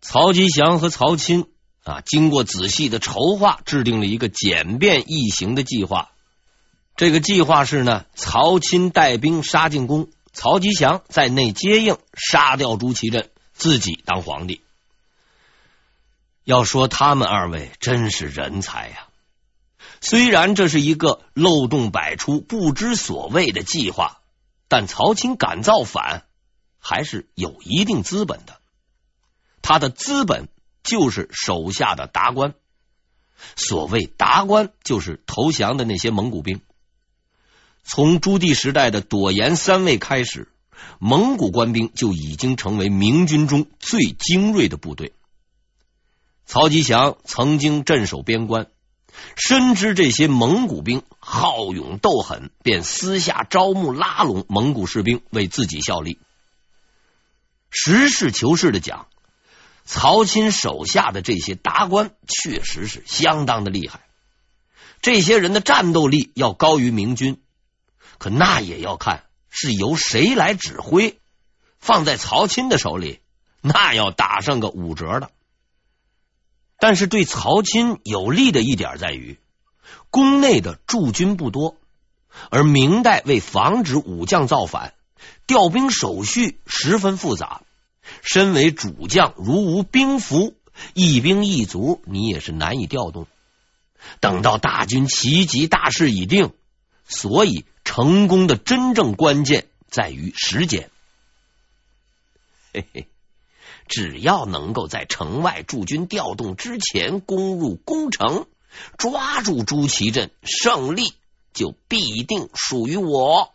曹吉祥和曹钦经过仔细的筹划，制定了一个简便易行的计划。这个计划是呢，曹钦带兵杀进宫，曹吉祥在内接应，杀掉朱祁镇，自己当皇帝。要说他们二位真是人才呀！虽然这是一个漏洞百出、不知所谓的计划，但曹钦敢造反，还是有一定资本的。他的资本就是手下的达官。所谓达官，就是投降的那些蒙古兵。从朱棣时代的朵颜三位开始，蒙古官兵就已经成为明军中最精锐的部队。曹吉祥曾经镇守边关，深知这些蒙古兵好勇斗狠，便私下招募拉拢蒙古士兵为自己效力。实事求是的讲，曹钦手下的这些达官确实是相当的厉害，这些人的战斗力要高于明军，可那也要看是由谁来指挥，放在曹钦的手里，那要打上个5折的。但是对曹钦有利的一点在于，宫内的驻军不多，而明代为防止武将造反，调兵手续十分复杂。身为主将，如无兵符，一兵一卒，你也是难以调动。等到大军齐集，大势已定，所以成功的真正关键在于时间。嘿嘿，只要能够在城外驻军调动之前攻入宫城，抓住朱祁镇，胜利就必定属于我。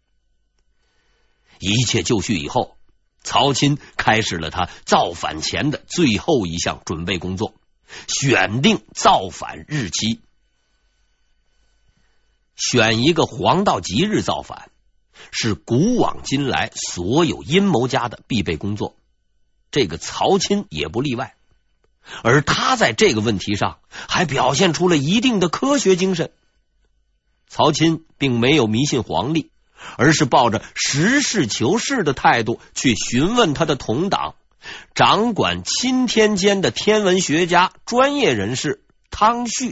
一切就绪以后，曹钦开始了他造反前的最后一项准备工作，选定造反日期。选一个黄道吉日造反，是古往今来所有阴谋家的必备工作，这个曹钦也不例外。而他在这个问题上还表现出了一定的科学精神。曹钦并没有迷信皇帝，而是抱着实事求是的态度去询问他的同党，掌管钦天监的天文学家专业人士汤旭。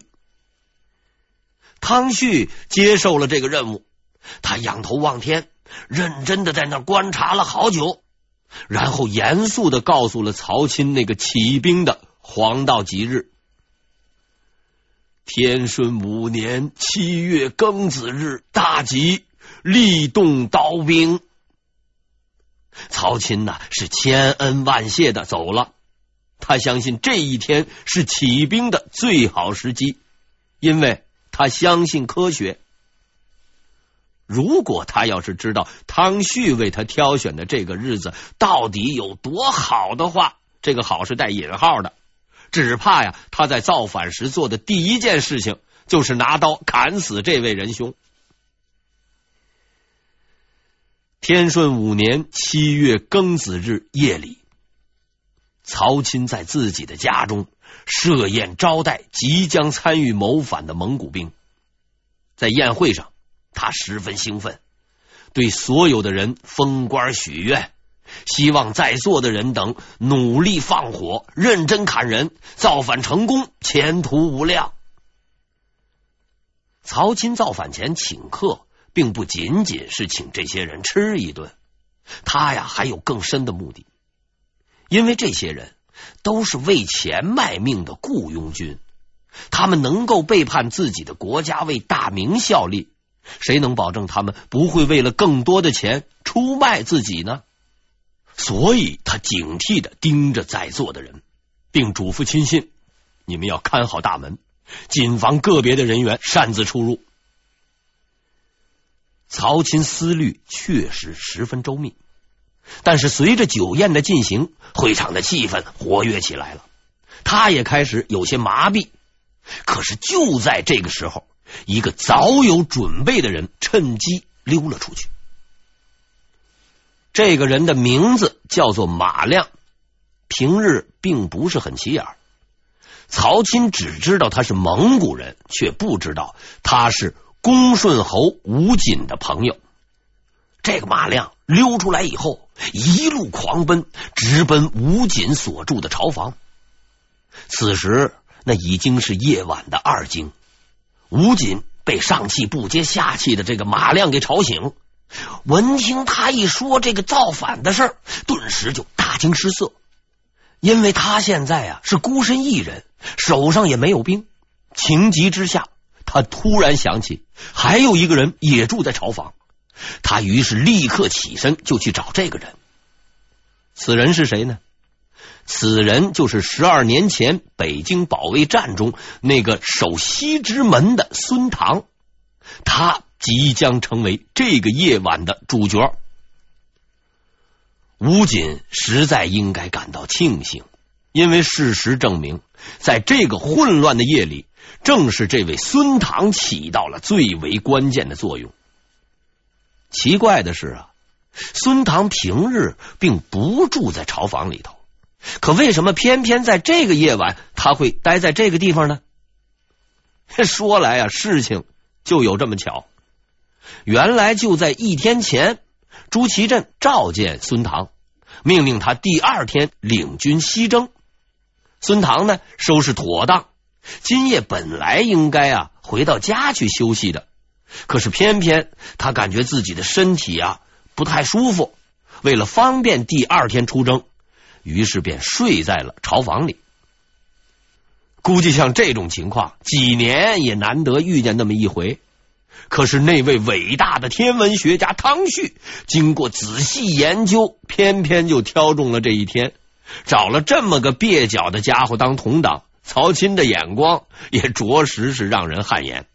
汤旭接受了这个任务，他仰头望天，认真的在那观察了好久，然后严肃的告诉了曹钦那个起兵的黄道吉日：天顺5年7月庚子日大吉，立动刀兵。曹钦是千恩万谢的走了，他相信这一天是起兵的最好时机，因为他相信科学。如果他要是知道汤旭为他挑选的这个日子到底有多好的话，这个好是带引号的，只怕他在造反时做的第一件事情就是拿刀砍死这位仁兄。天顺5年7月庚子日夜里，曹钦在自己的家中设宴招待即将参与谋反的蒙古兵。在宴会上，他十分兴奋，对所有的人封官许愿，希望在座的人等努力放火，认真砍人，造反成功，前途无量。曹钦造反前请客，并不仅仅是请这些人吃一顿，他还有更深的目的。因为这些人都是为钱卖命的雇佣军，他们能够背叛自己的国家，为大明效力，谁能保证他们不会为了更多的钱出卖自己呢？所以他警惕地盯着在座的人，并嘱咐亲信：你们要看好大门，谨防个别的人员擅自出入。曹钦思虑确实十分周密，但是随着酒宴的进行，会场的气氛活跃起来了，他也开始有些麻痹。可是就在这个时候，一个早有准备的人趁机溜了出去。这个人的名字叫做马亮，平日并不是很起眼，曹钦只知道他是蒙古人，却不知道他是恭顺侯吴瑾的朋友。这个马亮溜出来以后， 一路狂奔，直奔吴瑾所住的朝房。此时那已经是夜晚的2更，吴瑾被上气不接下气的这个马亮给吵醒，闻听他一说这个造反的事儿，顿时就大惊失色。因为他现在是孤身一人，手上也没有兵，情急之下，他突然想起还有一个人也住在朝房，他于是立刻起身就去找这个人。此人是谁呢？此人就是12年前北京保卫战中那个守西直门的孙唐，他即将成为这个夜晚的主角。吴瑾实在应该感到庆幸，因为事实证明，在这个混乱的夜里，正是这位孙唐起到了最为关键的作用。奇怪的是孙唐平日并不住在朝房里头，可为什么偏偏在这个夜晚他会待在这个地方呢？说来事情就有这么巧。原来就在1天前，朱祁镇召见孙唐，命令他第2天领军西征。孙唐呢，收拾妥当，今夜本来应该回到家去休息的，可是偏偏他感觉自己的身体不太舒服，为了方便第2天出征，于是便睡在了朝房里。估计像这种情况几年也难得遇见那么一回。可是那位伟大的天文学家汤旭经过仔细研究，偏偏就挑中了这一天，找了这么个蹩脚的家伙当同党，曹钦的眼光也着实是让人汗颜。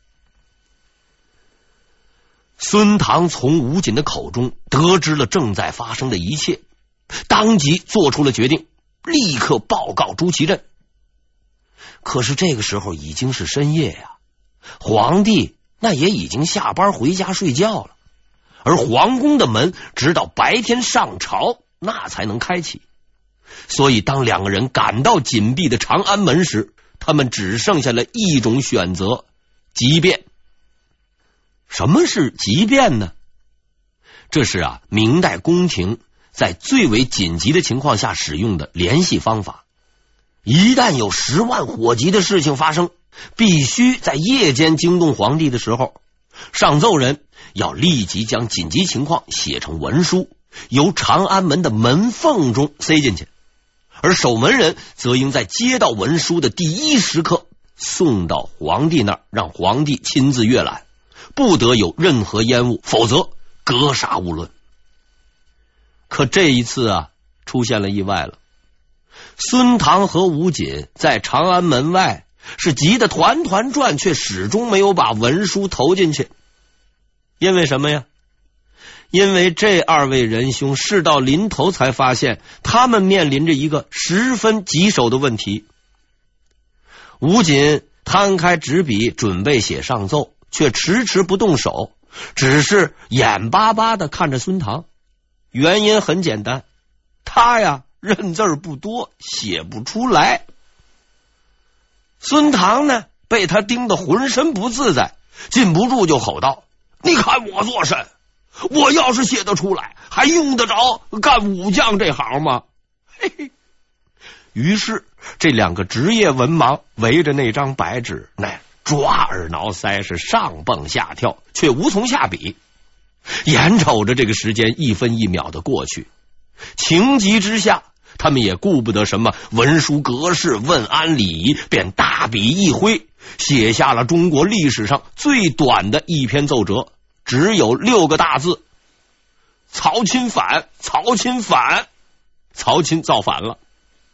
孙唐从吴瑾的口中得知了正在发生的一切，当即做出了决定，立刻报告朱祁镇。可是这个时候已经是深夜皇帝那也已经下班回家睡觉了，而皇宫的门直到白天上朝那才能开启。所以当2个人赶到紧闭的长安门时，他们只剩下了一种选择：急便。什么是急便呢？这是明代宫廷在最为紧急的情况下使用的联系方法。一旦有10万火急的事情发生，必须在夜间惊动皇帝的时候，上奏人要立即将紧急情况写成文书，由长安门的门缝中塞进去，而守门人则应在接到文书的第1时刻送到皇帝那儿，让皇帝亲自阅览，不得有任何烟雾，否则格杀勿论。可这一次出现了意外了。孙唐和吴瑾在长安门外是急得团团转，却始终没有把文书投进去。因为什么呀？因为这2位仁兄事到临头才发现，他们面临着一个十分棘手的问题。吴瑾摊开纸笔准备写上奏，却迟迟不动手，只是眼巴巴的看着孙唐。原因很简单，他认字不多，写不出来。孙唐呢，被他盯得浑身不自在，禁不住就吼道：“你看我做甚？我要是写得出来，还用得着干武将这行吗？”嘿嘿。于是这2个职业文盲围着那张白纸，抓耳挠腮，是上蹦下跳，却无从下笔。眼瞅着这个时间1分1秒的过去，情急之下，他们也顾不得什么文书格式、问安礼仪，便大笔一挥，写下了中国历史上最短的一篇奏折，只有6个大字：曹钦反，曹钦反，曹钦造反了。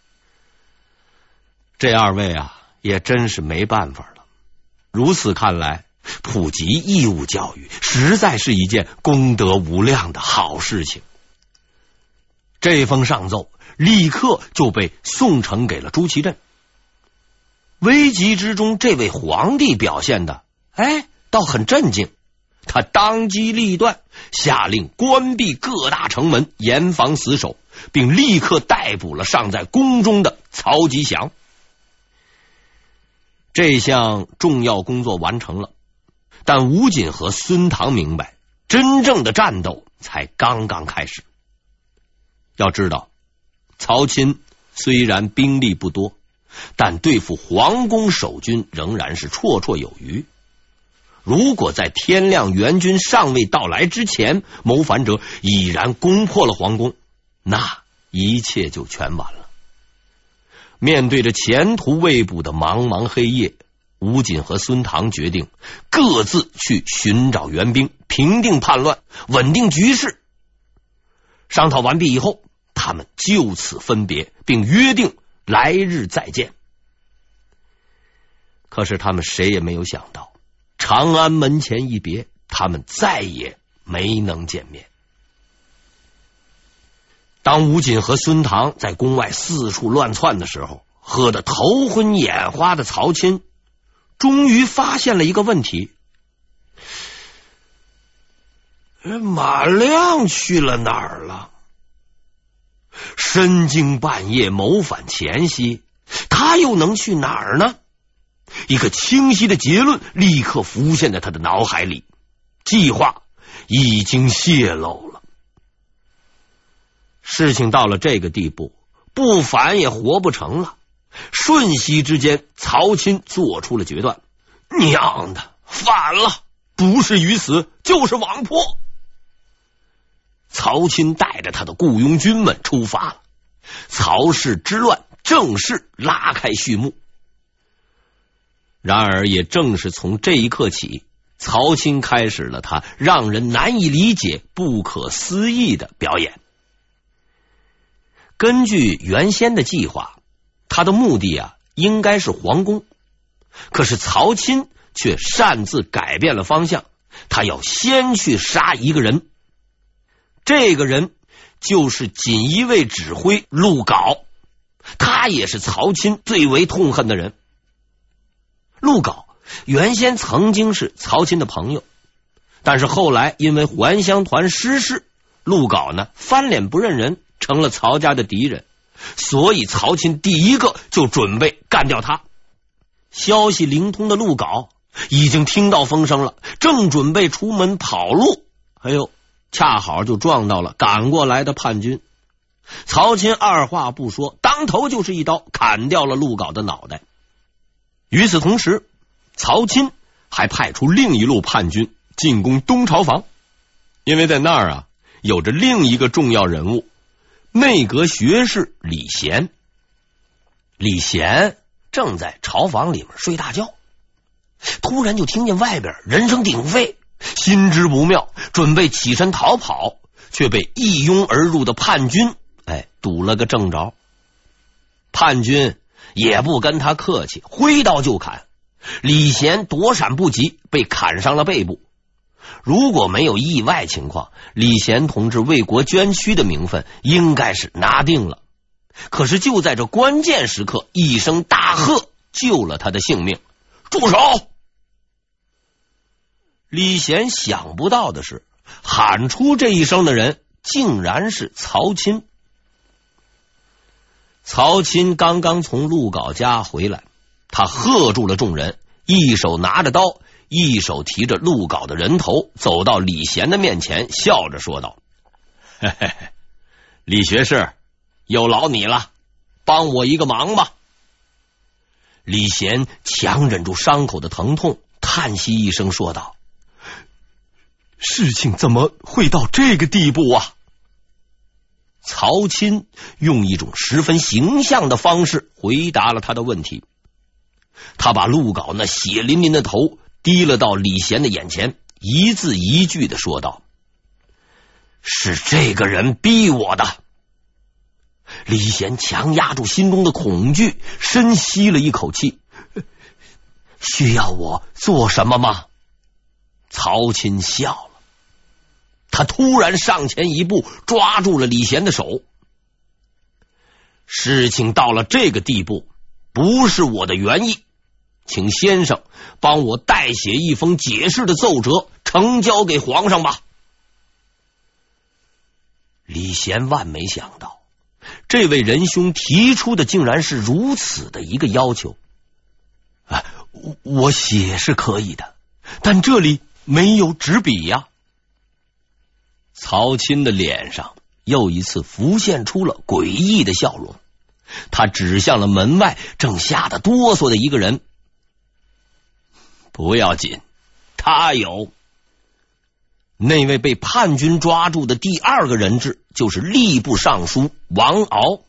这2位也真是没办法了。如此看来，普及义务教育实在是一件功德无量的好事情。这封上奏立刻就被送呈给了朱祁镇。危急之中，这位皇帝表现的倒很镇静。他当机立断，下令关闭各大城门，严防死守，并立刻逮捕了尚在宫中的曹吉祥。这项重要工作完成了，但吴瑾和孙唐明白，真正的战斗才刚刚开始。 要知道，曹钦虽然兵力不多，但对付皇宫守军仍然是绰绰有余。如果在天亮援军尚未到来之前，谋反者已然攻破了皇宫，那一切就全完了。面对着前途未卜的茫茫黑夜，吴瑾和孙唐决定各自去寻找援兵，平定叛乱，稳定局势。商讨完毕以后，他们就此分别，并约定来日再见。可是他们谁也没有想到，长安门前一别，他们再也没能见面。当吴瑾和孙唐在宫外四处乱窜的时候，喝得头昏眼花的曹钦终于发现了一个问题：马亮去了哪儿了？深更半夜谋反前夕，他又能去哪儿呢？一个清晰的结论立刻浮现在他的脑海里，计划已经泄露了。事情到了这个地步，不反也活不成了。瞬息之间，曹钦做出了决断：娘的，反了！不是鱼死就是网破。曹钦带着他的雇佣军们出发了，曹氏之乱正式拉开序幕。然而也正是从这一刻起，曹钦开始了他让人难以理解、不可思议的表演。根据原先的计划，他的目的应该是皇宫，可是曹钦却擅自改变了方向，他要先去杀一个人。这个人就是锦衣卫指挥陆镐，他也是曹钦最为痛恨的人。陆镐原先曾经是曹钦的朋友，但是后来因为还乡团失势，陆镐呢翻脸不认人，成了曹家的敌人，所以曹钦第一个就准备干掉他。消息灵通的陆镐已经听到风声了，正准备出门跑路，恰好就撞到了赶过来的叛军。曹钦二话不说，当头就是一刀，砍掉了陆镐的脑袋。与此同时，曹钦还派出另一路叛军进攻东朝房，因为在那儿有着另一个重要人物，内阁学士李贤。李贤正在朝房里面睡大觉，突然就听见外边人声鼎沸，心知不妙，准备起身逃跑，却被一拥而入的叛军堵了个正着。叛军也不跟他客气，挥刀就砍。李贤躲闪不及，被砍伤了背部。如果没有意外情况，李贤同志为国捐躯的名分应该是拿定了。可是就在这关键时刻，一声大喝救了他的性命：住手！李贤想不到的是，喊出这一声的人竟然是曹钦。曹钦刚刚从陆镐家回来，他喝住了众人，一手拿着刀，一手提着陆镐的人头，走到李贤的面前，笑着说道：嘿嘿嘿，李学士，有劳你了，帮我一个忙吧。李贤强忍住伤口的疼痛，叹息一声说道：事情怎么会到这个地步啊？曹钦用一种十分形象的方式回答了他的问题。他把陆镐那血淋淋的头低了到李贤的眼前，一字一句的说道：是这个人逼我的。李贤强压住心中的恐惧，深吸了一口气：需要我做什么吗？曹钦笑了，他突然上前一步，抓住了李贤的手。事情到了这个地步，不是我的原意，请先生帮我代写一封解释的奏折，呈交给皇上吧。李贤万没想到，这位仁兄提出的竟然是如此的一个要求。我写是可以的，但这里没有纸笔呀。曹钦的脸上又一次浮现出了诡异的笑容。他指向了门外正吓得哆嗦的一个人。不要紧，他有。那位被叛军抓住的第二个人质就是吏部尚书王敖。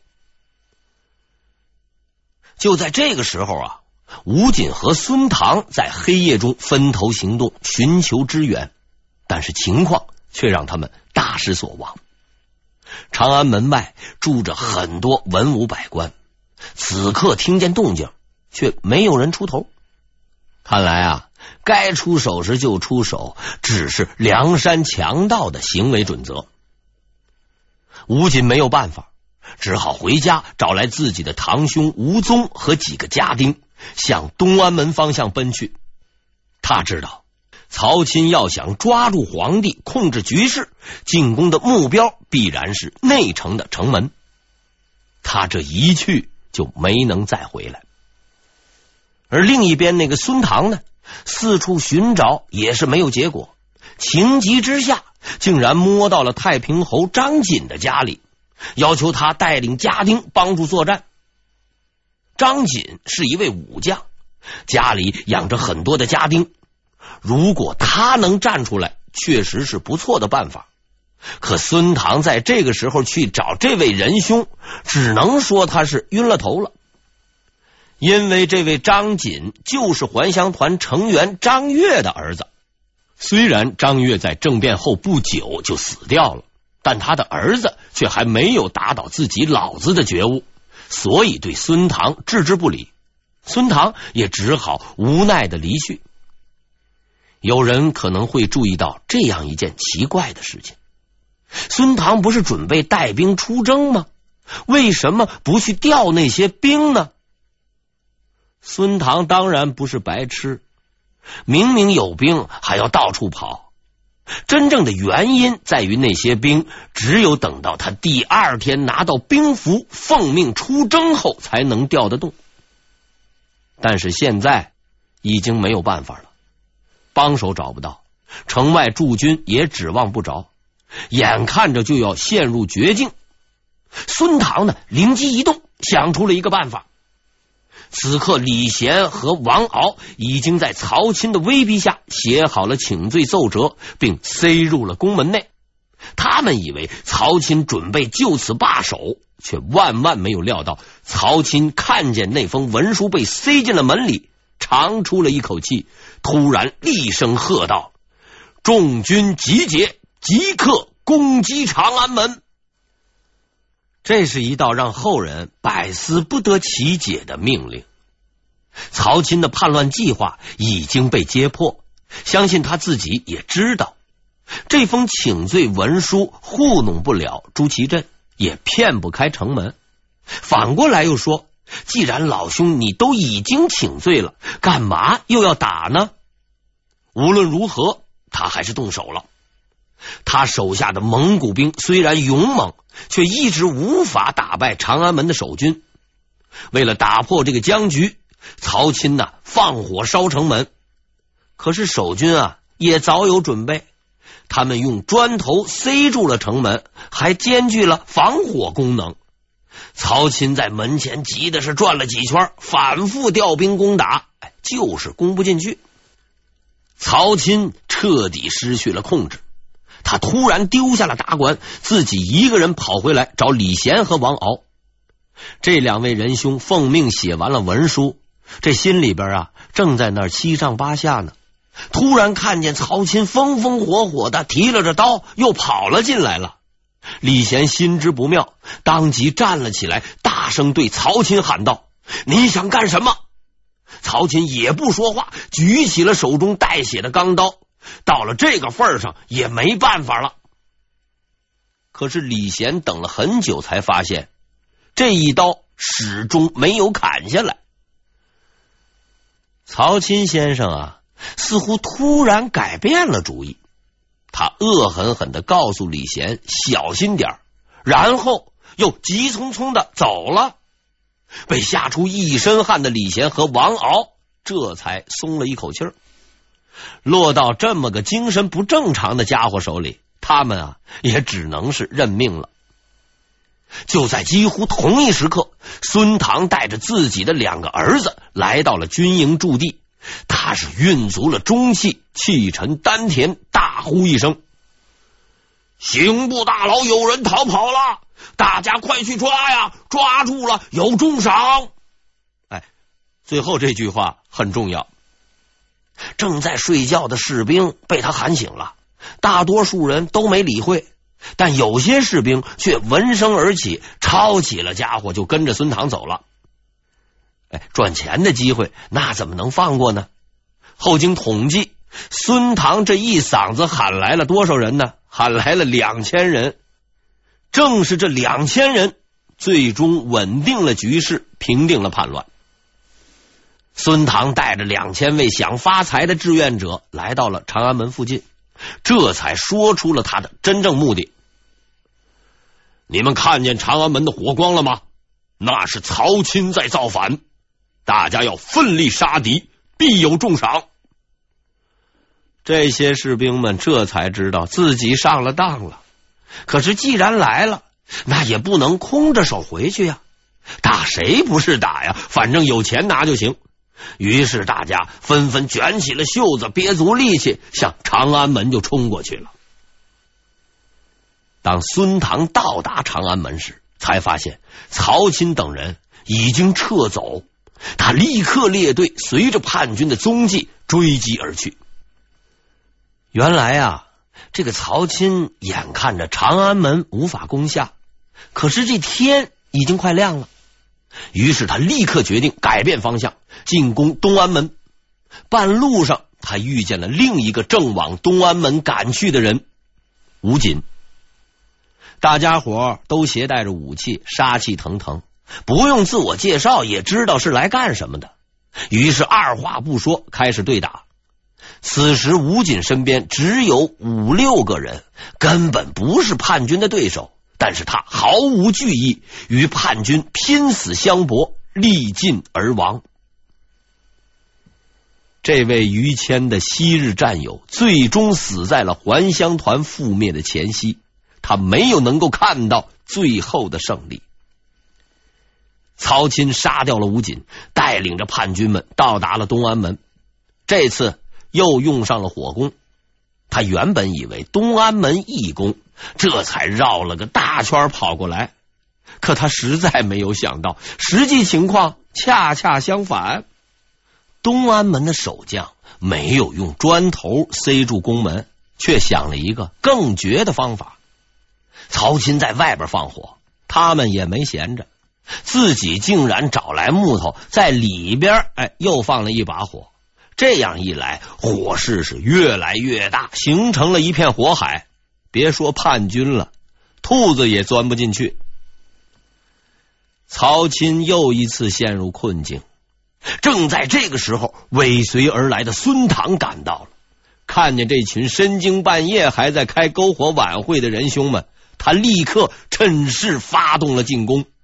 就在这个时候啊，吴瑾和孙唐在黑夜中分头行动，寻求支援，但是情况却让他们大失所望。长安门外住着很多文武百官，此刻听见动静，却没有人出头。看来啊，该出手时就出手，只是梁山强盗的行为准则。吴瑾没有办法，只好回家找来自己的堂兄吴宗和几个家丁，向东安门方向奔去。他知道曹钦要想抓住皇帝，控制局势，进攻的目标必然是内城的城门。他这一去就没能再回来。而另一边那个孙唐呢，四处寻找也是没有结果，情急之下竟然摸到了太平侯张锦的家里，要求他带领家丁帮助作战。张锦是一位武将，家里养着很多的家丁，如果他能站出来，确实是不错的办法。可孙唐在这个时候去找这位仁兄，只能说他是晕了头了。因为这位张锦就是还乡团成员张悦的儿子，虽然张悦在政变后不久就死掉了，但他的儿子却还没有打倒自己老子的觉悟，所以对孙唐置之不理。孙唐也只好无奈的离去。有人可能会注意到这样一件奇怪的事情，孙唐不是准备带兵出征吗？为什么不去调那些兵呢？孙唐当然不是白痴，明明有兵还要到处跑，真正的原因在于那些兵只有等到他第二天拿到兵符，奉命出征后才能调得动。但是现在已经没有办法了，帮手找不到，城外驻军也指望不着，眼看着就要陷入绝境。孙唐呢，灵机一动，想出了一个办法。此刻李贤和王敖已经在曹钦的威逼下写好了请罪奏折，并塞入了宫门内。他们以为曹钦准备就此罢手，却万万没有料到曹钦看见那封文书被塞进了门里，长出了一口气，突然厉声喝道：众军集结，即刻攻击长安门。这是一道让后人百思不得其解的命令。曹钦的叛乱计划已经被揭破，相信他自己也知道，这封请罪文书糊弄不了朱祁镇，也骗不开城门。反过来又说，既然老兄你都已经请罪了，干嘛又要打呢？无论如何，他还是动手了。他手下的蒙古兵虽然勇猛，却一直无法打败长安门的守军。为了打破这个僵局，曹钦呢放火烧城门。可是守军啊也早有准备，他们用砖头塞住了城门，还兼具了防火功能。曹钦在门前急的是转了几圈，反复调兵攻打，就是攻不进去。曹钦彻底失去了控制，他突然丢下了打管，自己一个人跑回来找李贤和王敖。这两位仁兄奉命写完了文书，这心里边啊正在那儿七上八下呢。突然看见曹钦风风火火的提了着刀又跑了进来了。李贤心知不妙，当即站了起来，大声对曹钦喊道：你想干什么？曹钦也不说话，举起了手中带血的钢刀。到了这个份上也没办法了。可是李贤等了很久才发现，这一刀始终没有砍下来。曹钦先生啊似乎突然改变了主意，他恶狠狠地告诉李贤小心点，然后又急匆匆的走了。被吓出一身汗的李贤和王敖这才松了一口气儿。落到这么个精神不正常的家伙手里，他们啊也只能是认命了。 就在几乎同一时刻，孙唐带着自己的2个儿子来到了军营驻地。他是运足了中气，气沉丹田，大呼一声：刑部大牢有人逃跑了，大家快去抓呀，抓住了有重赏。最后这句话很重要。正在睡觉的士兵被他喊醒了，大多数人都没理会，但有些士兵却闻声而起，抄起了家伙就跟着孙唐走了。赚钱的机会那怎么能放过呢？后经统计，孙唐这一嗓子喊来了多少人呢？喊来了2000人。正是这2000人最终稳定了局势，平定了叛乱。孙唐带着2000位想发财的志愿者来到了长安门附近，这才说出了他的真正目的。你们看见长安门的火光了吗？那是曹钦在造反，大家要奋力杀敌，必有重赏。这些士兵们这才知道自己上了当了，可是既然来了，那也不能空着手回去呀。打谁不是打呀，反正有钱拿就行。于是大家纷纷卷起了袖子，憋足力气向长安门就冲过去了。当孙唐到达长安门时，才发现曹钦等人已经撤走，他立刻列队随着叛军的踪迹追击而去。原来啊，这个曹钦眼看着长安门无法攻下，可是这天已经快亮了，于是他立刻决定改变方向，进攻东安门。半路上他遇见了另一个正往东安门赶去的人，吴瑾。大家伙都携带着武器，杀气腾腾，不用自我介绍也知道是来干什么的，于是二话不说开始对打。此时吴瑾身边只有5、6个人，根本不是叛军的对手，但是他毫无惧意，与叛军拼死相搏，力尽而亡。这位于谦的昔日战友最终死在了还乡团覆灭的前夕，他没有能够看到最后的胜利。曹钦杀掉了吴瑾，带领着叛军们到达了东安门，这次又用上了火攻。他原本以为东安门易攻，这才绕了个大圈跑过来，可他实在没有想到实际情况恰恰相反。东安门的守将没有用砖头塞住宫门，却想了一个更绝的方法。曹钦在外边放火，他们也没闲着，自己竟然找来木头在里边又放了一把火。这样一来，火势是越来越大，形成了一片火海，别说叛军了，兔子也钻不进去。曹钦又一次陷入困境。正在这个时候，尾随而来的孙唐赶到了，看见这群深更半夜还在开篝火晚会的仁兄们，他立刻趁势发动了进攻。